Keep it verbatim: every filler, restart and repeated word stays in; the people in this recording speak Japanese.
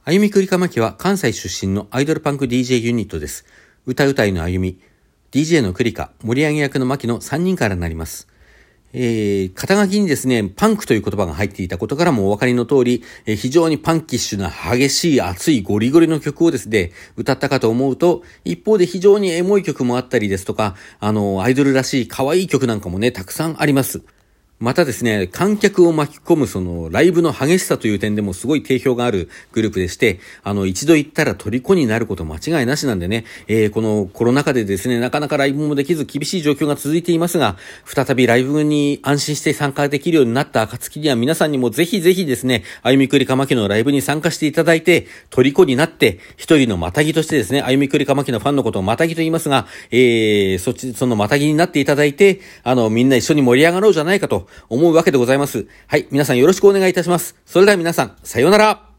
あゆみくりかまきは関西出身のアイドルパンク ディージェー ユニットです。歌うたいのあゆみ、ディージェー のくりか、盛り上げ役のまきのさんにんからなります。えー、肩書きにですね、パンクという言葉が入っていたことからもお分かりの通り、えー、非常にパンキッシュな激しい熱いゴリゴリの曲をですね、歌ったかと思うと、一方で非常にエモい曲もあったりですとか、あの、アイドルらしい可愛い曲なんかもね、たくさんあります。またですね、観客を巻き込むそのライブの激しさという点でもすごい定評があるグループでして、あの一度行ったら虜になること間違いなしなんでね、えー、このコロナ禍でですね、なかなかライブもできず厳しい状況が続いていますが、再びライブに安心して参加できるようになった暁には皆さんにもぜひぜひですね、あゆみくりかまきのライブに参加していただいて、虜になって一人のまたぎとしてですね、あゆみくりかまきのファンのことをまたぎと言いますが、えー、そっち、そのまたぎになっていただいて、あのみんな一緒に盛り上がろうじゃないかと思うわけでございます。はい、皆さんよろしくお願いいたします。それでは皆さん、さようなら。